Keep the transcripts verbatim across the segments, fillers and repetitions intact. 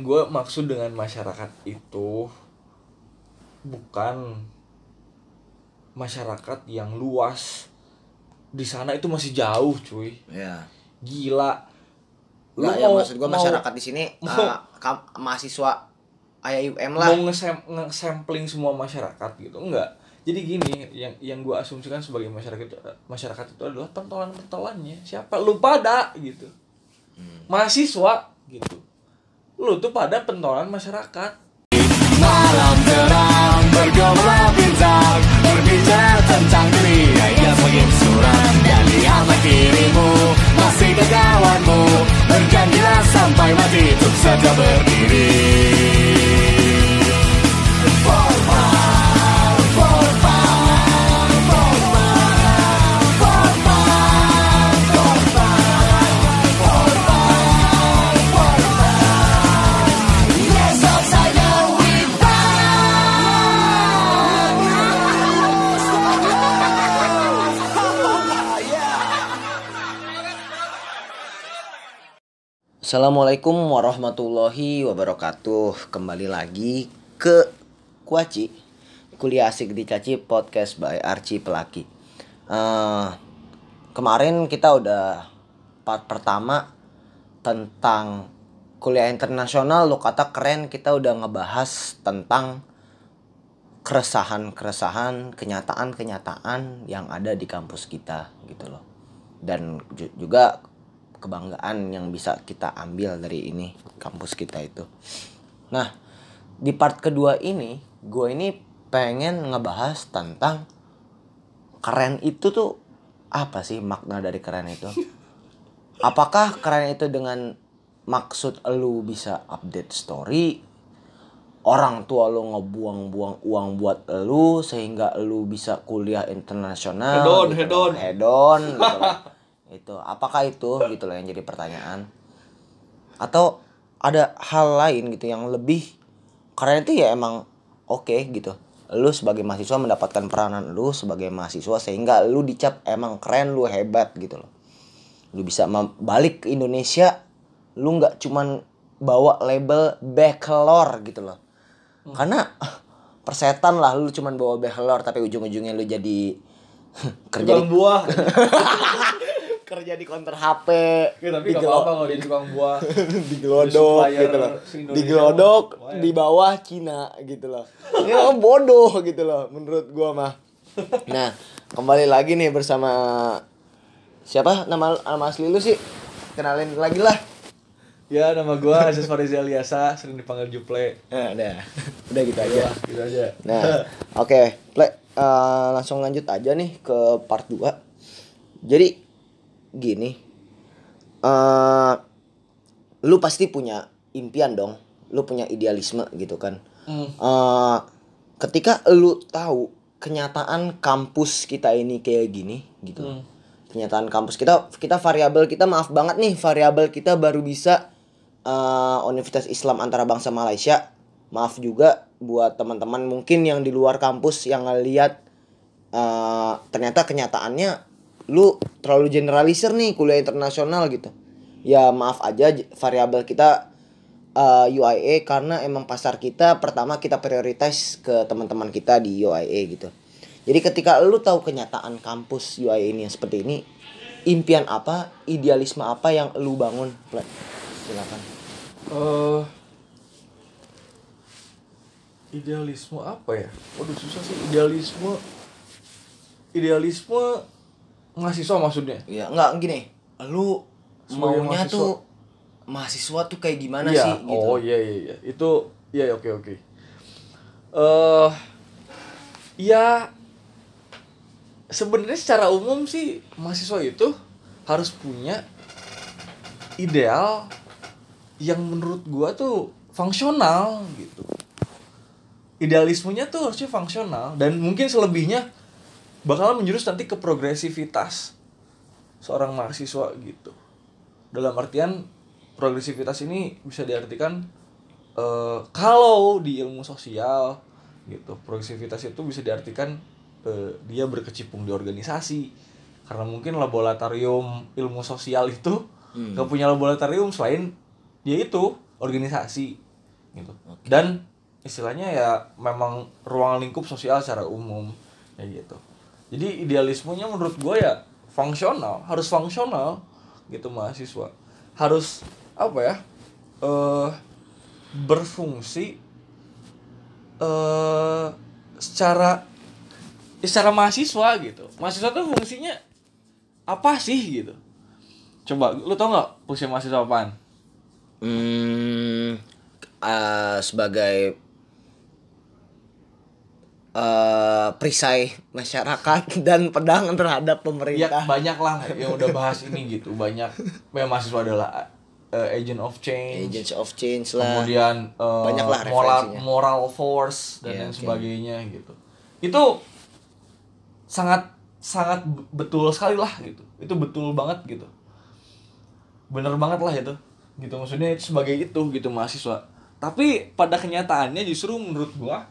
yang gue maksud dengan masyarakat itu bukan masyarakat yang luas. Di sana itu masih jauh, cuy. Iya. Gila. Lu Nggak, ya mau, maksud gua mau, masyarakat di sini mau, uh, kam- mahasiswa I U M lah. Mau nge-sam- nge-sampling semua masyarakat gitu. Enggak. Jadi gini, yang yang gua asumsikan sebagai masyarakat itu, masyarakat itu adalah pentolan-pentolannya. Siapa? Lu pada gitu. Hmm. Mahasiswa gitu. Lu tuh pada pentolan masyarakat. Malam terang bergemerlap bintang, berbicara tentang dunia yang makin suram. Dan lihat kirimu masih kawanmu, berjanjilah sampai mati untuk saja berdiri. Formal, formal, formal, formal, formal, formal, formal. Yes, outside the Assalamualaikum warahmatullahi wabarakatuh. Kembali lagi ke Kuaci, Kuliah Asik di Caci, podcast by Arci Pelaki. uh, Kemarin kita udah part pertama tentang kuliah internasional. Lo kata keren, kita udah ngebahas tentang keresahan-keresahan, kenyataan-kenyataan yang ada di kampus kita gitu loh. Dan ju- juga kebanggaan yang bisa kita ambil dari ini kampus kita itu. Nah, di part kedua ini gue ini pengen ngebahas tentang keren itu tuh apa sih makna dari keren itu. Apakah keren itu dengan maksud lu bisa update story, orang tua lu ngebuang-buang uang buat lu sehingga lu bisa kuliah internasional, hedon gitu hedon hedon gitu loh. Itu apakah itu gitu loh yang jadi pertanyaan, atau ada hal lain gitu yang lebih keren itu ya emang oke okay, gitu. Lu sebagai mahasiswa mendapatkan peranan lu sebagai mahasiswa sehingga lu dicap emang keren, lu hebat gitu loh. Lu bisa balik ke Indonesia, lu nggak cuman bawa label bachelor gitu loh. Hmm. Karena persetan lah lu cuman bawa bachelor tapi ujung-ujungnya lu jadi kerja tukang di buah. kerja di konter H P, ya, tapi gak apa-apa kalau jadi tukang buah. Digelodok gitu loh. Digelodok di bawah Cina gitu loh. Ya bodoh gitu loh menurut gua mah. Nah, kembali lagi nih bersama siapa nama nama asli lu sih? Kenalin lagi lah. Ya, nama gua Aziz Farizi Aliasa, sering dipanggil Juple. Nah, udah. Udah gitu aja. Udah, gitu aja. Nah, oke, okay. Ple, uh, langsung lanjut aja nih ke part dua. Jadi gini, uh, lu pasti punya impian dong, lu punya idealisme gitu kan. Mm. Uh, ketika lu tahu kenyataan kampus kita ini kayak gini gitu, mm. kenyataan kampus kita, kita variabel kita maaf banget nih, variabel kita baru bisa uh, Universitas Islam Antarabangsa Malaysia. Maaf juga buat teman-teman mungkin yang di luar kampus yang ngelihat uh, ternyata kenyataannya lu terlalu generalisir nih kuliah internasional gitu. Ya maaf aja variabel kita uh, U I A karena emang pasar kita pertama kita prioritas ke teman-teman kita di U I A gitu. Jadi ketika lu tahu kenyataan kampus U I A ini yang seperti ini, impian apa, idealisme apa yang lu bangun? Silakan. Uh, idealisme apa ya? Waduh susah sih idealisme. Idealisme mahasiswa maksudnya? Iya, enggak gini. Lu sebagai maunya mahasiswa. tuh mahasiswa tuh kayak gimana iya. sih gitu. Oh iya iya iya. Itu iya oke oke. Eh uh, ya sebenarnya secara umum sih mahasiswa itu harus punya ideal yang menurut gua tuh fungsional gitu. Idealismenya tuh harusnya fungsional dan mungkin selebihnya bakalan menjurus nanti ke progresivitas seorang mahasiswa gitu. Dalam artian progresivitas ini bisa diartikan uh, kalau di ilmu sosial gitu, progresivitas itu bisa diartikan uh, dia berkecimpung di organisasi. Karena mungkin laboratorium ilmu sosial itu hmm. gak punya laboratorium selain dia itu organisasi gitu. Dan istilahnya ya memang ruang lingkup sosial secara umum kayak gitu. Jadi idealismenya menurut gue ya fungsional, harus fungsional gitu mahasiswa. Harus apa ya? Eh berfungsi eh secara secara mahasiswa gitu. Mahasiswa tuh fungsinya apa sih gitu? Coba lu tau nggak fungsi mahasiswa apaan? Hmm, uh, sebagai uh, perisai masyarakat dan pedang terhadap Ya pemerintah. banyak lah yang udah bahas ini gitu. Banyak memang mahasiswa adalah uh, agent of change. Agents of change lah. Kemudian uh, Banyak lah moral referensinya. moral force dan Ya, lain oke. sebagainya gitu. Itu sangat sangat betul sekali lah gitu. Itu betul banget gitu. Bener banget lah itu. Gitu maksudnya itu sebagai itu gitu mahasiswa. Tapi pada kenyataannya justru menurut gua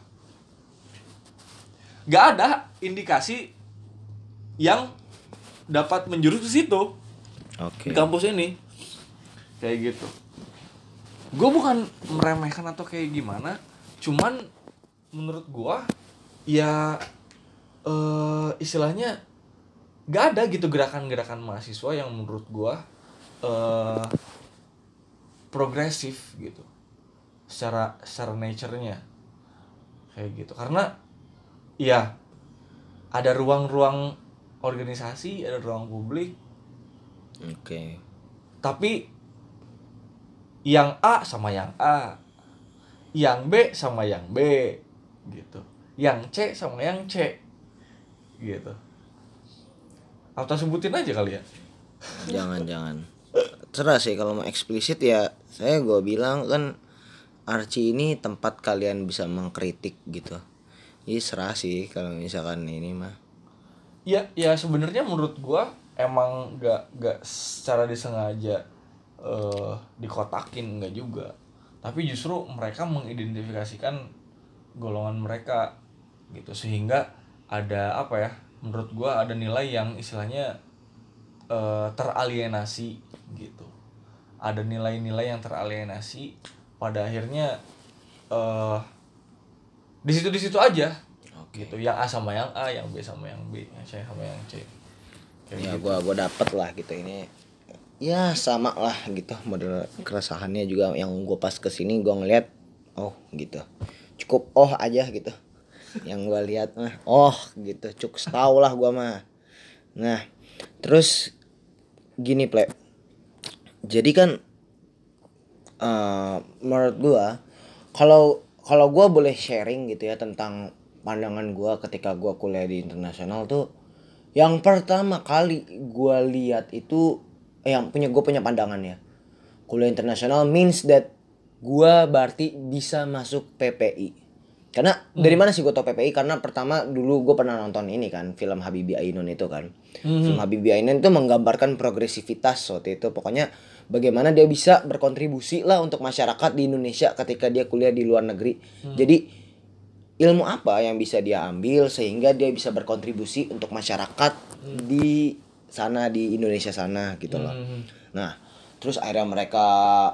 nggak ada indikasi yang dapat menjurus ke situ Oke. di kampus ini kayak gitu. Gue bukan meremehkan atau kayak gimana, cuman menurut gue ya eh, istilahnya nggak ada gitu gerakan-gerakan mahasiswa yang menurut gue eh, progresif gitu secara secara nature-nya kayak gitu. Karena ya ada ruang-ruang organisasi, ada ruang publik, Oke. tapi yang A sama yang A, yang B sama yang B, gitu. Yang C sama yang C, gitu. Atau sebutin aja kali ya. Jangan jangan. Terserah sih kalau mau eksplisit ya. Saya gue bilang kan Archie ini tempat kalian bisa mengkritik gitu. Jadi serah sih kalau misalkan ini mah. Ya, ya sebenarnya menurut gua emang nggak nggak secara disengaja uh, dikotakin, nggak juga. Tapi justru mereka mengidentifikasikan golongan mereka gitu sehingga ada apa ya? Menurut gua ada nilai yang istilahnya uh, teralienasi gitu. Ada nilai-nilai yang teralienasi pada akhirnya uh, di situ di situ aja. Oke. Gitu. Yang A sama yang A, yang B sama yang B, yang C sama yang C. Kayak Ya gitu. gue gue dapet lah gitu ini. Ya sama lah gitu model keresahannya juga yang gue pas kesini gue ngeliat oh gitu cukup oh aja gitu yang gue lihat mah oh gitu cukup tahu lah gue mah. Nah terus gini plek, jadi kan uh, menurut gue kalau kalau gue boleh sharing gitu ya tentang pandangan gue ketika gue kuliah di internasional tuh, yang pertama kali gue lihat itu eh, yang punya gue punya pandangan ya, kuliah internasional means that gue berarti bisa masuk P P I. Karena hmm. dari mana sih gue tau P P I? Karena pertama dulu gue pernah nonton ini kan, film Habibie Ainun itu kan. Hmm. Film Habibie Ainun itu menggambarkan progresivitas waktu itu. Pokoknya bagaimana dia bisa berkontribusi lah untuk masyarakat di Indonesia ketika dia kuliah di luar negeri. Hmm. Jadi ilmu apa yang bisa dia ambil sehingga dia bisa berkontribusi untuk masyarakat hmm. di sana di Indonesia sana gitu loh. Hmm. Nah, terus akhirnya mereka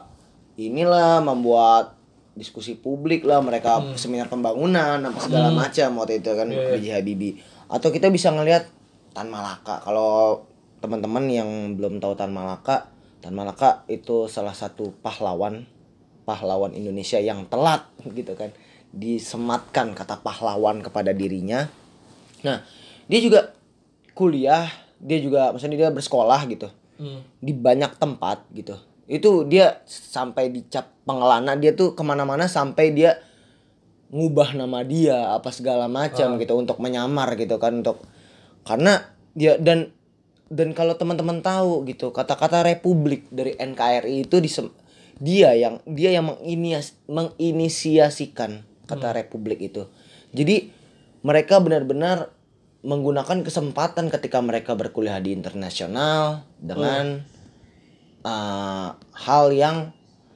inilah membuat diskusi publik lah, mereka hmm. seminar pembangunan apa segala hmm. macam waktu itu kan yeah. B J Habibie. Atau kita bisa ngelihat Tan Malaka. Kalau teman-teman yang belum tahu Tan Malaka, Tan Malaka itu salah satu pahlawan pahlawan Indonesia yang telat gitu kan. Disematkan kata pahlawan kepada dirinya. Nah, dia juga kuliah, dia juga maksudnya dia bersekolah gitu. Hmm. Di banyak tempat gitu. Itu dia sampai dicap pengelana, dia tuh kemana-mana sampai dia ngubah nama dia apa segala macam ah. gitu untuk menyamar gitu kan, untuk karena dia dan dan kalau teman-teman tahu gitu kata-kata republik dari N K R I itu disem, dia yang dia yang menginias, menginisiasikan kata hmm. republik itu. Jadi mereka benar-benar menggunakan kesempatan ketika mereka berkuliah di internasional dengan hmm. uh, hal yang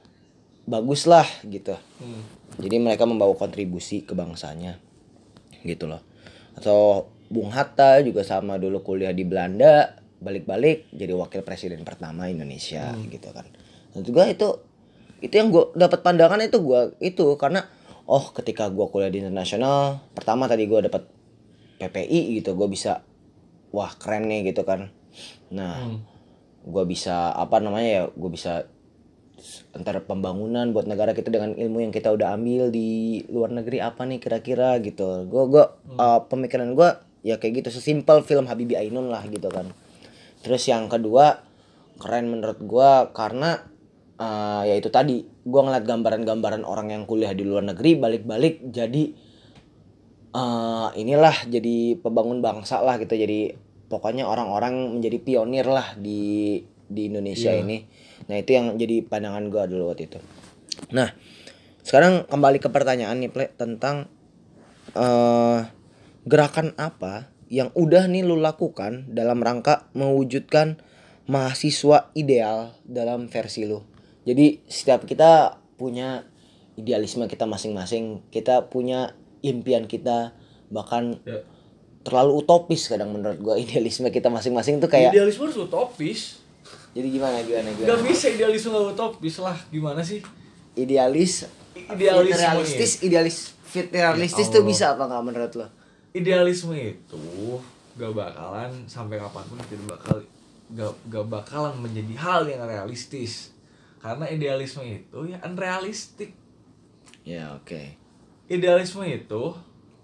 bagus lah gitu. Hmm. Jadi mereka membawa kontribusi ke bangsanya gitu loh. Atau Bung Hatta juga sama, dulu kuliah di Belanda, balik-balik jadi wakil presiden pertama Indonesia hmm. gitu kan. Dan juga itu Itu yang gue dapat pandangan itu gue itu karena oh ketika gue kuliah di internasional, pertama tadi gue dapat P P I gitu, gue bisa wah keren nih gitu kan. Nah, hmm. gue bisa apa namanya ya, gue bisa antara pembangunan buat negara kita dengan ilmu yang kita udah ambil di luar negeri apa nih kira-kira gitu. Gue gue hmm. uh, pemikiran gue ya kayak gitu, sesimpel film Habibie Ainun lah gitu kan. Terus yang kedua keren menurut gue karena uh, ya itu tadi gue ngeliat gambaran-gambaran orang yang kuliah di luar negeri balik-balik jadi uh, inilah jadi pembangun bangsa lah gitu, jadi pokoknya orang-orang menjadi pionir lah di di Indonesia yeah. ini. Nah itu yang jadi pandangan gue dulu waktu itu. Nah sekarang kembali ke pertanyaan nih Ple, tentang uh, gerakan apa yang udah nih lu lakukan dalam rangka mewujudkan mahasiswa ideal dalam versi lu. Jadi setiap kita punya idealisme kita masing-masing, kita punya impian kita, bahkan yeah. terlalu utopis kadang menurut gue idealisme kita masing-masing tuh kayak idealisme harus utopis. Jadi gimana gimana gimana? Gak bisa idealisme gak utopis lah, gimana sih? Idealis, idealisme realistis, idealis, fit realistis ya tuh bisa apa nggak menurut lo? Idealisme itu gak bakalan sampai kapanpun tidak bakal gak, gak bakalan menjadi hal yang realistis, karena idealisme itu ya unrealistic. Ya oke. Okay. Idealisme itu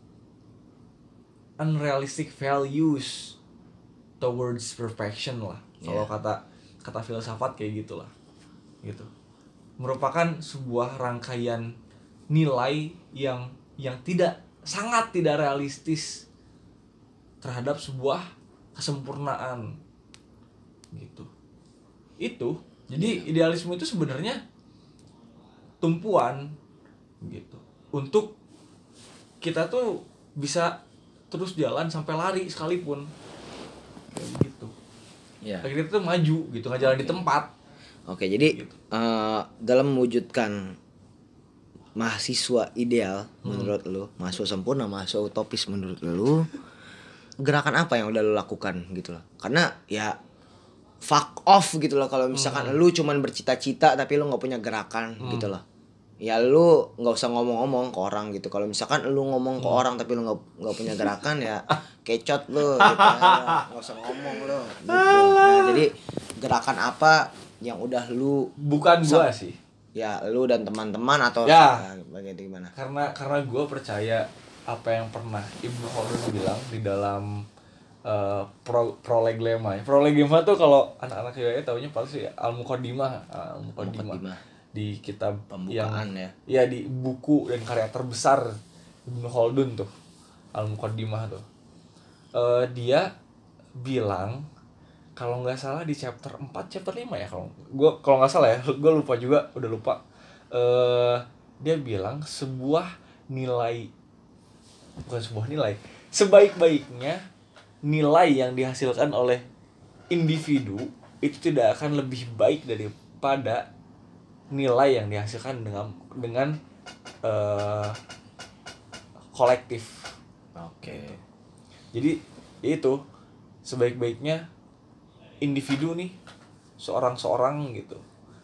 unrealistic values towards perfection lah. Yeah. Kalau kata kata filsafat kayak gitulah, gitu. Merupakan sebuah rangkaian nilai yang yang tidak sangat tidak realistis terhadap sebuah kesempurnaan, gitu. Itu jadi yeah. idealisme itu sebenarnya tumpuan, gitu, untuk kita tuh bisa terus jalan sampai lari sekalipun, kayak gitu. Ya. Akhirnya itu maju gitu, nggak jalan okay. di tempat. Oke, jadi gitu. uh, dalam mewujudkan mahasiswa ideal hmm. menurut lu, mahasiswa sempurna, mahasiswa utopis menurut lu, gerakan apa yang udah lu lakukan gitu loh? Karena ya fuck off gitu loh kalau misalkan hmm. lu cuman bercita-cita tapi lu nggak punya gerakan hmm. gitu loh. Ya lu nggak usah ngomong-ngomong ke orang gitu. Kalau misalkan lu ngomong ke hmm. orang tapi lu nggak nggak punya gerakan ya kecot lu gitu, nggak usah ngomong lu gitu. Nah jadi gerakan apa yang udah lu bukan gua sih ya lu dan teman-teman atau ya, ya bagaimana? Karena karena gua percaya apa yang pernah Ibnu Khaldun bilang di dalam uh, pro, prolegema. Prolegema tuh kalau anak-anak U I A taunya pasti al-muqaddimah, al-muqaddimah. Di kitab pembukaan yang, ya. Ya di buku dan karya terbesar Ibnu Khaldun tuh, Al-Muqaddimah tuh. Uh, dia bilang kalau nggak salah di chapter empat chapter lima ya kalau gua kalau nggak salah ya, gua lupa juga, udah lupa. Uh, dia bilang sebuah nilai bukan sebuah nilai, sebaik-baiknya nilai yang dihasilkan oleh individu itu tidak akan lebih baik daripada nilai yang dihasilkan dengan dengan uh, kolektif. Oke. Okay. Jadi itu sebaik-baiknya individu nih, seorang-seorang gitu,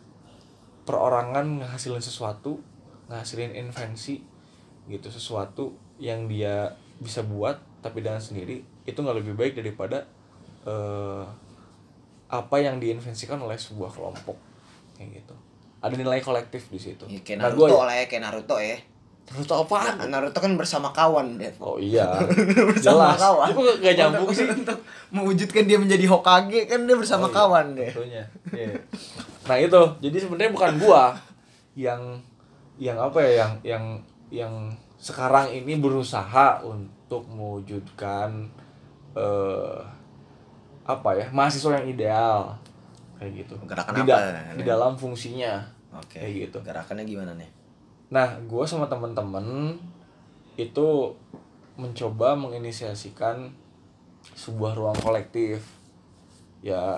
perorangan ngehasilin sesuatu, ngehasilin invensi gitu, sesuatu yang dia bisa buat tapi dengan sendiri, itu nggak lebih baik daripada uh, apa yang diinvensikan oleh sebuah kelompok kayak gitu. Ada nilai kolektif di situ. Ya, kayak Naruto nah, lah ya, kayak Naruto ya. Naruto apaan? Nah, Naruto kan bersama kawan deh. Oh iya. bersama Jelas. kawan. Itu gak nyambung sih. Untuk mewujudkan dia menjadi Hokage kan dia bersama oh, iya. kawan deh. Tentunya. Yeah. Nah itu, jadi sebenarnya bukan gua yang yang apa ya, yang yang yang sekarang ini berusaha untuk mewujudkan uh, apa ya, mahasiswa yang ideal kayak gitu. Gerakan di, apa? Da- di dalam fungsinya. Oke. Kayak gitu. Gerakannya gimana nih? Nah, gue sama temen-temen itu mencoba menginisiasikan sebuah ruang kolektif. Ya,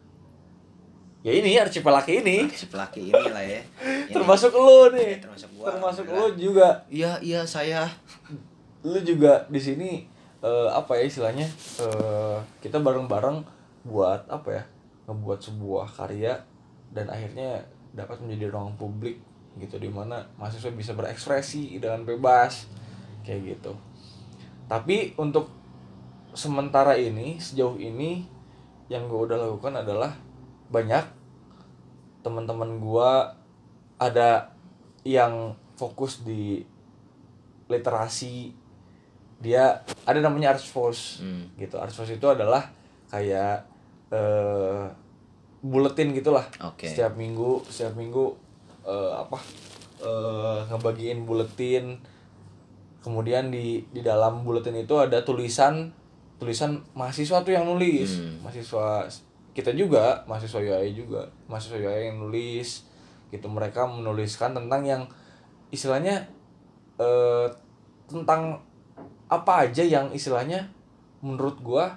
ya ini Archipelaki ini. Archipelaki ini lah ya. Ini. Termasuk lu nih. Ya, termasuk gua. Termasuk lu juga. Iya, iya saya. Lu juga di sini uh, apa ya istilahnya? Uh, kita bareng-bareng buat apa ya? Ngebuat sebuah karya dan akhirnya dapat menjadi ruang publik gitu, dimana mahasiswa bisa berekspresi dengan bebas kayak gitu. Tapi untuk sementara ini, sejauh ini yang gue udah lakukan adalah banyak teman-teman gue ada yang fokus di literasi, dia ada namanya Archivos Hmm. gitu. Archivos itu adalah kayak eh, buletin gitulah. Oke. Setiap minggu, setiap minggu eh, apa eh, ngebagiin buletin. Kemudian di di dalam buletin itu ada tulisan tulisan mahasiswa tuh yang nulis. Hmm. Mahasiswa kita juga, mahasiswa U A E juga, mahasiswa U A E yang nulis gitu. Mereka menuliskan tentang yang istilahnya eh, tentang apa aja yang istilahnya menurut gua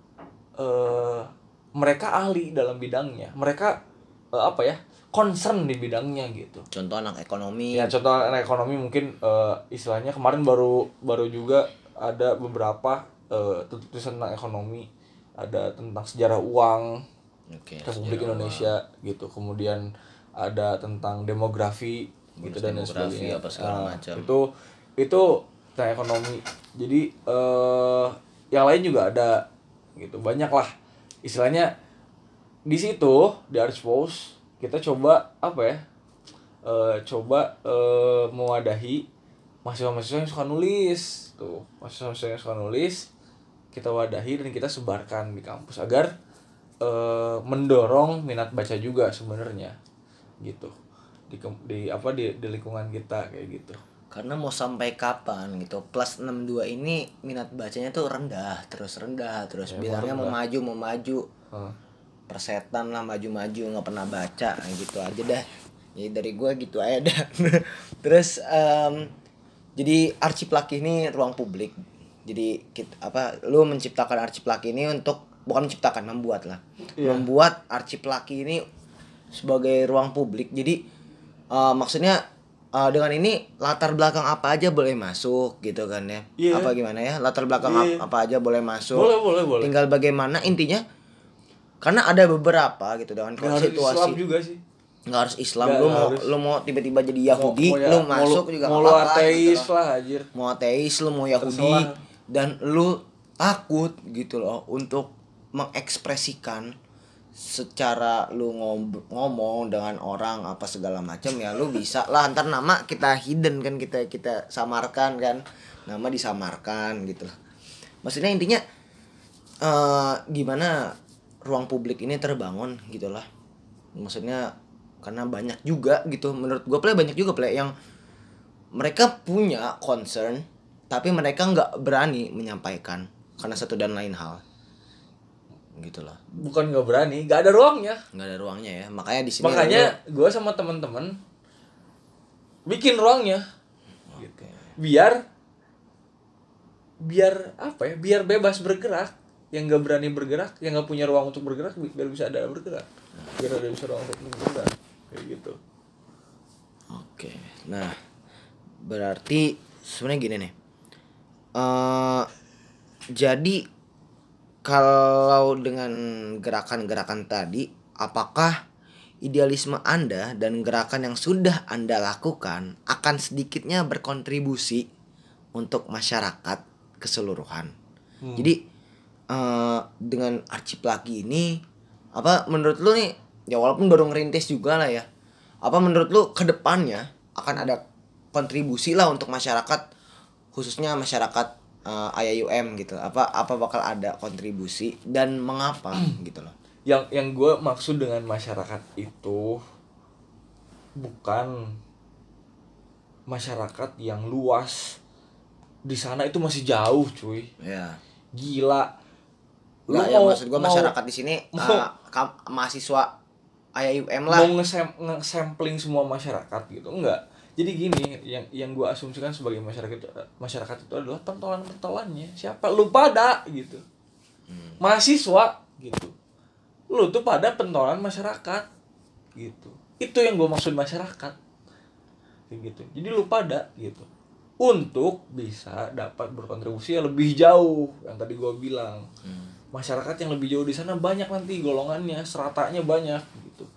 eh, mereka ahli dalam bidangnya. Mereka eh, apa ya? concern di bidangnya gitu. Contoh anak ekonomi. Ya contoh anak ekonomi mungkin uh, istilahnya kemarin baru baru juga ada beberapa uh, tulisan tentang ekonomi, ada tentang sejarah uang Oke, Republik sejarah Indonesia gitu, kemudian ada tentang demografi gitu dan lain demografi sebagainya. apa segala Nah, macam. Itu itu tentang ekonomi. Jadi uh, yang lain juga ada gitu, banyak lah istilahnya di situ di Archivos. Kita coba apa ya e, coba e, mewadahi mahasiswa-mahasiswa yang suka nulis tuh, mahasiswa-mahasiswa yang suka nulis kita wadahi dan kita sebarkan di kampus agar e, mendorong minat baca juga sebenarnya gitu di, di apa di, di lingkungan kita kayak gitu. Karena mau sampai kapan gitu, plus enam puluh dua ini minat bacanya tuh rendah terus rendah terus Ya, bilangnya mau rendah. maju mau maju Hmm. persetan lah, maju-maju nggak pernah baca gitu aja dah. Jadi dari gue gitu aja dah. Terus um, jadi Archiplak ini ruang publik. Jadi kita, apa lu menciptakan Archiplak ini untuk, bukan menciptakan, membuat lah. Iya. Membuat Archiplak ini sebagai ruang publik. Jadi uh, maksudnya uh, dengan ini latar belakang apa aja boleh masuk gitu kan ya. Iya. Apa gimana ya? Latar belakang Iya. ap- apa aja boleh masuk. Boleh, boleh, boleh. Tinggal bagaimana intinya, karena ada beberapa gitu dengan Nggak harus situasi Islam juga sih. nggak harus Islam. Nggak lu mau harus. lu mau tiba-tiba jadi Yahudi, Mau- mau ya- lu mau masuk lu- juga mau nggak lu apa-apa, ateis gitu loh. lah anjir. Mau ateis, lu mau Yahudi, Terserah. dan lu takut gitu loh untuk mengekspresikan secara lu ngob- ngomong dengan orang apa segala macam, ya lu bisa lah. Ntar nama kita hidden kan, kita kita samarkan kan, nama disamarkan gitu loh. Maksudnya intinya eh gimana ruang publik ini terbangun gitu lah. Maksudnya karena banyak juga gitu, menurut gue play banyak juga play yang mereka punya concern tapi mereka nggak berani menyampaikan karena satu dan lain hal gitu loh. Bukan nggak berani, nggak ada ruangnya. Nggak ada ruangnya ya, makanya di sini Makanya gue sama teman-teman bikin ruangnya gitu. Biar biar apa ya? Biar bebas bergerak. Yang nggak berani bergerak, yang nggak punya ruang untuk bergerak, biar bisa ada bergerak. Biar ada bisa ruang untuk bergerak kayak gitu. Oke, nah berarti sebenarnya gini nih. Eh jadi kalau dengan gerakan-gerakan tadi, apakah idealisme Anda dan gerakan yang sudah Anda lakukan akan sedikitnya berkontribusi untuk masyarakat keseluruhan? Hmm. Jadi uh, dengan Archiplak ini, apa menurut lu nih, ya walaupun baru ngerintis juga lah ya, apa menurut lu ke depannya akan ada kontribusi lah untuk masyarakat, khususnya masyarakat uh, I A U M gitu, apa apa bakal ada kontribusi dan mengapa gitu loh? Yang yang gue maksud dengan masyarakat itu bukan masyarakat yang luas. Di sana itu masih jauh, cuy. Ya. Gila. Lu Nggak, ya mau- maksud gua mau- masyarakat di sini mau- uh, kam- mahasiswa I A U M lah. Mau nge-sam- nge-sampling semua masyarakat gitu, enggak. Jadi gini, yang yang gue asumsikan sebagai masyarakat itu, masyarakat itu adalah pentolan-pentolannya. Siapa? Lu pada gitu. Mahasiswa gitu. Lu tuh pada pentolan masyarakat gitu. Itu yang gue maksud masyarakat. Kayak gitu. Jadi lu pada gitu. Untuk bisa dapat berkontribusi yang lebih jauh, yang tadi gue bilang. Masyarakat yang lebih jauh di sana banyak nanti golongannya, seratanya banyak gitu.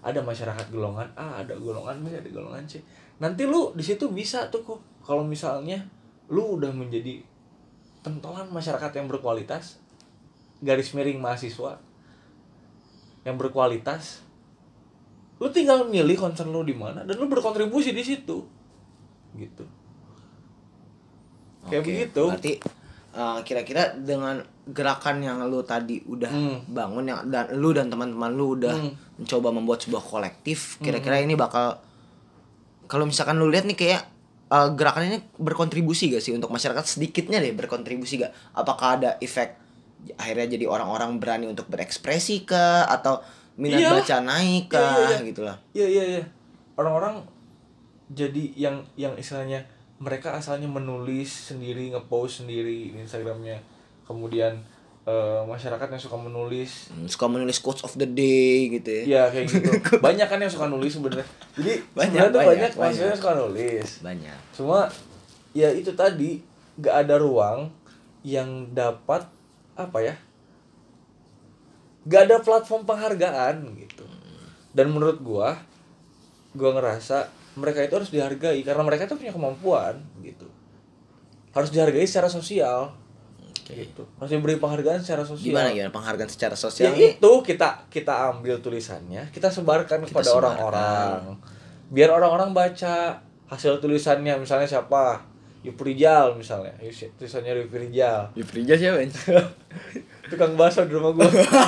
ada masyarakat golongan A, ada golongan B, ada golongan C. Nanti lu di situ bisa tuh kok kalau misalnya lu udah menjadi pentolan masyarakat yang berkualitas, garis miring mahasiswa yang berkualitas, lu tinggal milih concern lu di mana dan lu berkontribusi di situ, gitu. Kayak Oke, begitu. Berarti uh, kira-kira dengan gerakan yang lu tadi udah Hmm. bangun yang dan lu dan teman-teman lu udah Hmm. mencoba membuat sebuah kolektif, kira-kira ini bakal, kalau misalkan lu lihat nih kayak uh, gerakan ini berkontribusi gak sih untuk masyarakat, sedikitnya deh berkontribusi gak? Apakah ada efek akhirnya jadi orang-orang berani untuk berekspresi kah, atau minat Iya. baca naik Iya, kah, iya, iya. gitu lah. Iya iya iya. Orang-orang jadi yang yang istilahnya mereka asalnya menulis sendiri, ngepost sendiri di Instagramnya. Kemudian eh, masyarakat yang suka menulis, Hmm, suka menulis quotes of the day gitu ya. ya kayak gitu. Banyak kan yang suka nulis sebenarnya. Jadi Banyak, sebenarnya tuh banyak, banyak maksudnya banyak. suka nulis. Banyak. Cuma ya itu tadi gak ada ruang yang dapat apa ya? Gak ada platform penghargaan gitu. Dan menurut gua, gua ngerasa mereka itu harus dihargai karena mereka tuh punya kemampuan gitu. Harus dihargai secara sosial. Gitu. Harus diberi penghargaan secara sosial. Gimana gimana penghargaan secara Ya sosial nih? itu kita kita ambil tulisannya, kita sebarkan Kita kepada sebarkan. orang-orang. Biar orang-orang baca hasil tulisannya, misalnya siapa? Yuprijal misalnya. Yus- Tulisannya Yuprijal. Yufrija siapa? Tukang bakso di rumah gua.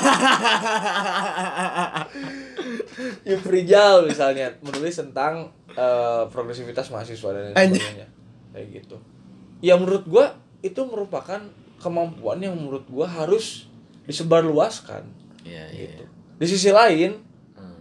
Yuprijal misalnya menulis tentang eh, progresivitas mahasiswa dan lain Anjir. sebagainya. Kayak gitu. Ya menurut gua itu merupakan kemampuan yang menurut gua harus disebarluaskan. Iya, Gitu. Di sisi lain, Hmm.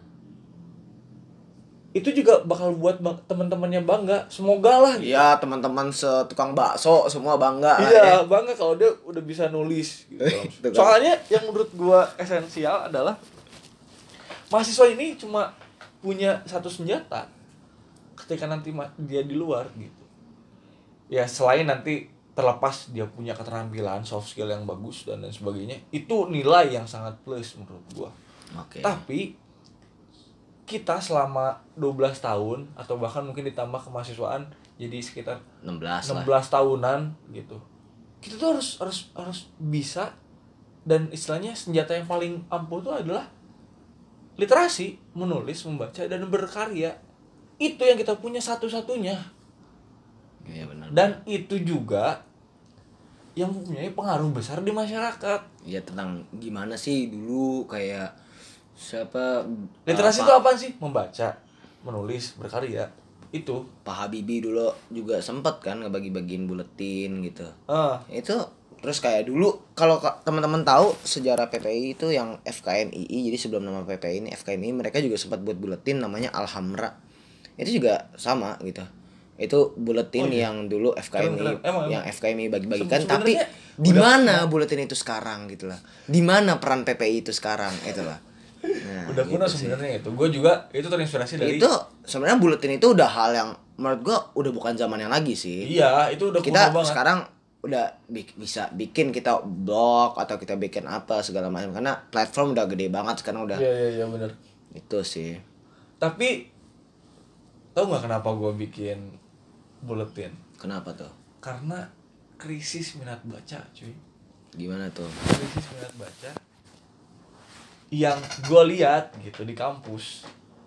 itu juga bakal buat bang- teman-temannya bangga. Semoga lah. Gitu. Iya, teman-teman setukang bakso semua bangga lah Iya, ya. bangga kalau dia udah bisa nulis gitu. Itu kan. Soalnya yang menurut gua esensial adalah mahasiswa ini cuma punya satu senjata ketika nanti ma- dia di luar gitu. Ya selain nanti terlepas dia punya keterampilan, soft skill yang bagus dan lain sebagainya, itu nilai yang sangat plus menurut gua. Oke. Tapi kita selama dua belas tahun atau bahkan mungkin ditambah kemahasiswaan jadi sekitar enam belas enam lah. belas tahunan gitu. Kita tuh harus harus harus bisa, dan istilahnya senjata yang paling ampuh itu adalah literasi, menulis, membaca dan berkarya. Itu yang kita punya satu-satunya. Iya benar. Dan itu juga yang mempunyai pengaruh besar di masyarakat. Iya, tentang gimana sih dulu kayak siapa Literasi uh, itu Pak- apa sih? Membaca, menulis, berkarya. Itu. Pak Habibie dulu juga sempet kan ngebagi-bagiin buletin gitu. Ah, Itu terus kayak dulu kalau ka- teman-teman tahu sejarah P P I itu yang F K N I I, jadi sebelum nama P P I ini F K N I I, mereka juga sempat buat buletin namanya Alhamra. Itu juga sama gitu. Itu buletin Oh, iya. yang dulu F K N I I, Keren, keren. Emang, yang emang. F K N I I bagi-bagikan, Se- tapi sebenarnya di udah- mana buletin itu sekarang gitu lah. Di mana peran P P I itu sekarang itu lah. Nah, udah kuno gitu sih. sebenarnya itu. Gue juga itu terinspirasi dari Itu sebenarnya buletin itu udah hal yang menurut gua udah bukan zaman yang lagi sih. Iya, itu udah Kita kuno banget. sekarang udah bi- bisa bikin kita blog atau kita bikin apa segala macam karena platform udah gede banget sekarang udah. Iya, iya, iya benar. Itu sih. Tapi tau nggak kenapa gue bikin buletin? Kenapa tuh? Karena krisis minat baca, cuy. Gimana tuh? Krisis minat baca yang gue lihat gitu di kampus.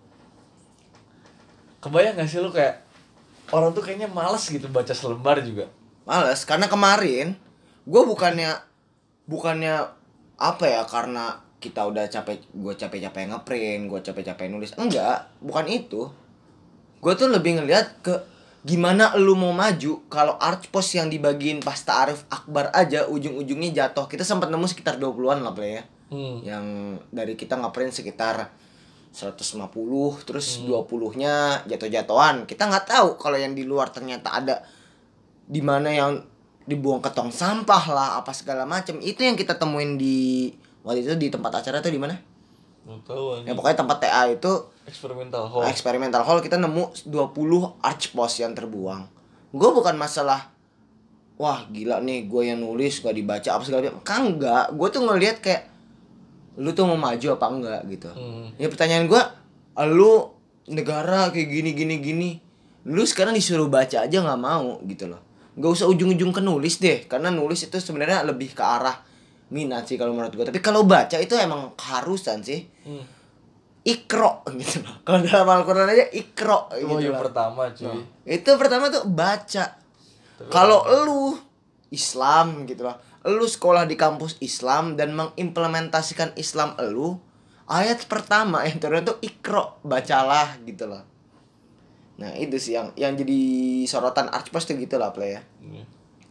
Kebayang gak sih lu kayak orang tuh kayaknya males gitu baca selembar juga. Males karena kemarin gua bukannya bukannya apa ya, karena kita udah capek, gue capek-capek ngeprint, gue capek-capek nulis. Enggak, bukan itu. Gue tuh lebih ngeliat ke gimana lu mau maju kalau art post yang dibagiin pas ta'aruf akbar aja ujung-ujungnya jatuh. Kita sempat nemu sekitar dua puluhan lah play ya. Hmm. Yang dari kita ngeprint sekitar seratus lima puluh, terus dua puluh-nya jatuh-jatuhan. Kita nggak tahu kalau yang di luar ternyata ada di mana yang dibuang ke tong sampah lah apa segala macam. Itu yang kita temuin di waktu itu di tempat acara tuh di mana? Nggak tahu Ya anjing. pokoknya tempat T A itu Eksperimental hall. eksperimental hall, kita nemu dua puluh arch post yang terbuang. Gue bukan masalah wah gila nih gue yang nulis gak dibaca apa segala macam. Kan enggak, gue tuh ngelihat kayak lu tuh mau maju apa enggak gitu. Hmm. Ya pertanyaan gue, lu negara kayak gini gini gini, lu sekarang disuruh baca aja nggak mau gitu loh. Gak usah ujung-ujung ke nulis deh, karena nulis itu sebenarnya lebih ke arah minat sih kalau menurut gue. Tapi kalau baca itu emang keharusan sih. Hmm. Ikro gitu loh. Kalau dalam Al-Qur'an aja ikro Itu gitu yang loh. pertama cuy. Nah, itu pertama tuh baca. Kalau lu Islam gitu loh, lu sekolah di kampus Islam dan mengimplementasikan Islam lu, ayat pertama yang turun tuh ikro, bacalah gitu loh. Nah itu sih yang yang jadi sorotan Archpos tuh gitu lah play ya. Iya.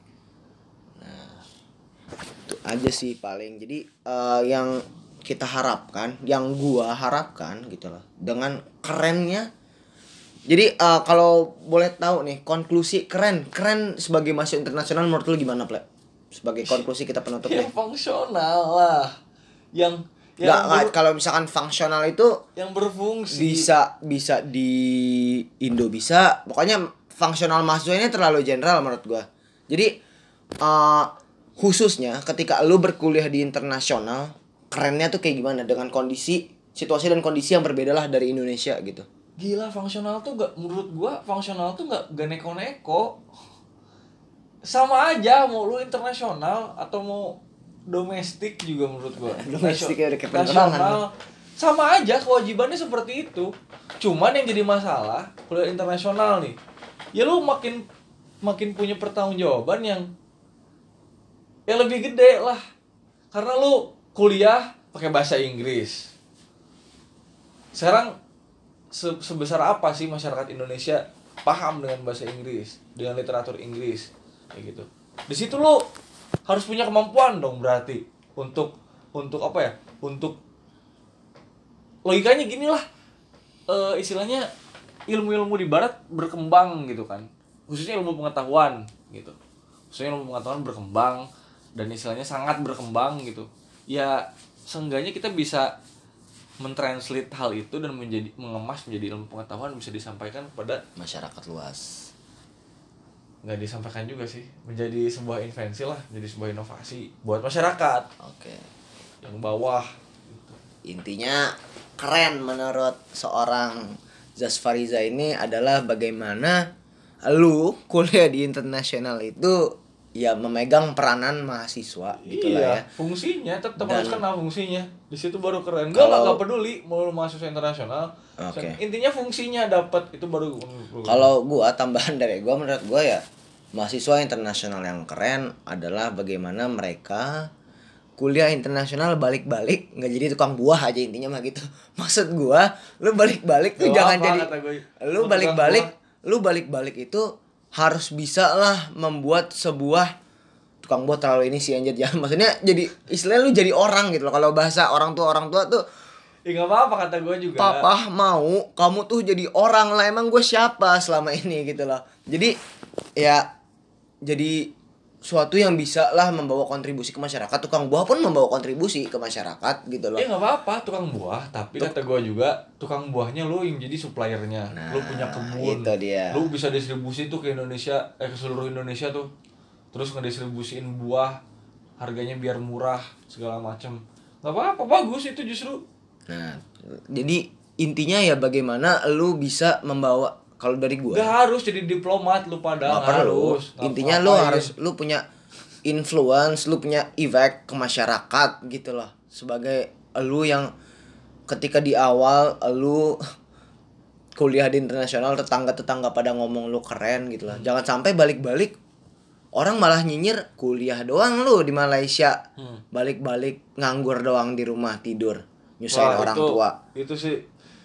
Itu aja sih paling. Jadi eh, yang kita harapkan, yang gua harapkan gitu loh, dengan kerennya. Jadi uh, kalau boleh tahu nih, konklusi keren, keren sebagai mahasiswa internasional menurut lu gimana, Ple? Sebagai konklusi kita penutup Ya nih. fungsional lah. Yang Nggak, yang nggak, ber- kalau misalkan fungsional itu yang berfungsi. bisa bisa di Indo bisa, pokoknya fungsional mahasiswa ini terlalu general menurut gua. Jadi uh, khususnya ketika lu berkuliah di internasional, kerennya tuh kayak gimana dengan kondisi, situasi dan kondisi yang berbeda lah dari Indonesia gitu. Gila, fungsional tuh gak, menurut gua fungsional tuh gak, gak neko-neko. Sama aja mau lu internasional atau mau domestik juga menurut gua. Domestik ya, udah kayak Nasional penerbangan. sama aja, kewajibannya seperti itu. Cuman yang jadi masalah kuliah internasional nih, ya lu makin makin punya pertanggungjawaban yang yang lebih gede lah. Karena lu kuliah pakai bahasa Inggris. Sekarang se- sebesar apa sih masyarakat Indonesia paham dengan bahasa Inggris, dengan literatur Inggris kayak gitu. Di situ lu harus punya kemampuan dong berarti untuk untuk apa ya? Untuk logikanya gini lah. E, istilahnya ilmu-ilmu di barat berkembang gitu kan. Khususnya ilmu pengetahuan gitu. Khususnya ilmu pengetahuan berkembang dan istilahnya sangat berkembang gitu. Ya seenggaknya kita bisa mentranslate hal itu dan menjadi mengemas menjadi ilmu pengetahuan, bisa disampaikan kepada Masyarakat luas. nggak disampaikan juga sih, menjadi sebuah invensi lah, menjadi sebuah inovasi buat masyarakat Oke. yang bawah gitu. Intinya keren menurut seorang Zaz Fariza ini adalah bagaimana lu kuliah di internasional itu ya memegang peranan mahasiswa gitu lah ya. Fungsinya tetap Dan- harus kenal fungsinya. Di situ baru keren. Enggak lah, Kalau- enggak peduli mau lu mahasiswa internasional. Oke. Intinya fungsinya dapat itu baru. Kalau gua tambahan dari gua, menurut gua ya mahasiswa internasional yang keren adalah bagaimana mereka kuliah internasional balik-balik nggak jadi tukang buah aja, intinya mah gitu. Maksud gua, lu balik-balik tuh Gak jangan apa, jadi kata gue. lu Mau balik-balik, tukang lu balik-balik itu harus bisa lah membuat sebuah tukang buah terlalu ini sih anjir, jangan, maksudnya jadi istilahnya lu jadi orang gitu loh. Kalau bahasa orang tua orang tua tuh, Ya nggak apa-apa kata gue juga. papa mau kamu tuh jadi orang lah, emang gue siapa selama ini gitu loh. Jadi ya jadi suatu yang bisa lah membawa kontribusi ke masyarakat. Tukang buah pun membawa kontribusi ke masyarakat gitu loh. Ya nggak apa-apa tukang buah, tapi kata gue juga tukang buahnya lu yang jadi suppliernya. Nah, Lu punya kebun. itu dia. Lu bisa distribusi tuh ke Indonesia, eh ke seluruh Indonesia tuh. Terus ngedistribusiin buah, harganya biar murah segala macem. Nggak apa-apa, bagus itu justru. Nah, jadi intinya ya bagaimana lu bisa membawa, kalau dari gua Gak harus jadi diplomat lu pada nggak perlu. harus. Nggak Intinya lu ngapain. harus lu punya influence, lu punya effect ke masyarakat gitu loh. Sebagai lu yang ketika di awal lu kuliah di internasional, tetangga-tetangga pada ngomong lu keren gitu loh. Jangan sampai balik-balik orang malah nyinyir kuliah doang lu di Malaysia. Hmm. Balik-balik nganggur doang di rumah tidur, nyusahin Wah, orang itu, tua. Itu sih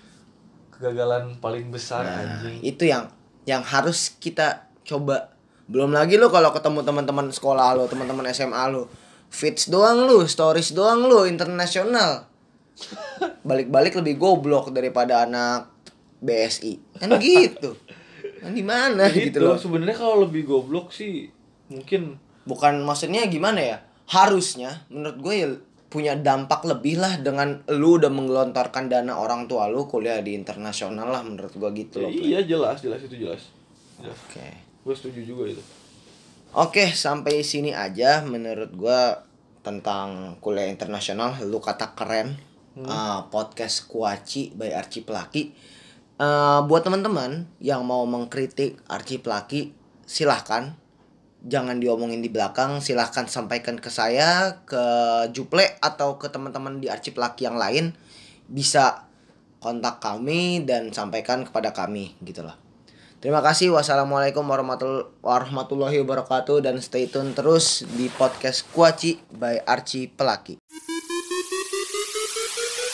kegagalan paling besar Nah, anjing. itu yang yang harus kita coba. Belum lagi lu kalau ketemu teman-teman sekolah lu, teman-teman S M A lu, feeds doang lu, stories doang lu internasional. Balik-balik lebih goblok daripada anak B S I. Kan gitu. Kan di mana gitu Itu loh. sebenarnya kalau lebih goblok sih mungkin Bukan, maksudnya gimana ya? Harusnya menurut gue ya punya dampak lebih lah dengan lu udah menggelontorkan dana orang tua lu kuliah di internasional lah, menurut gue gitu ya, loh. iya jelas jelas itu jelas. Jelas. Oke. Gue setuju juga itu. Oke, sampai sini aja menurut gua tentang kuliah internasional. Lu kata keren, uh, podcast Kuaci by Archie Pelaki. Uh, buat teman-teman yang mau mengkritik Archie Pelaki, silahkan. Jangan diomongin di belakang, silahkan sampaikan ke saya, ke Juple atau ke teman-teman di Archie Pelaki yang lain. Bisa kontak kami dan sampaikan kepada kami gitu loh. Terima kasih. Wassalamualaikum warahmatullahi wabarakatuh. Dan stay tune terus di podcast Kuaci by Archie Pelaki.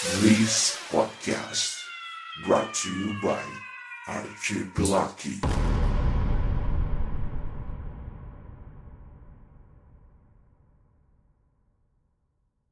This podcast brought to you by Archie Pelaki.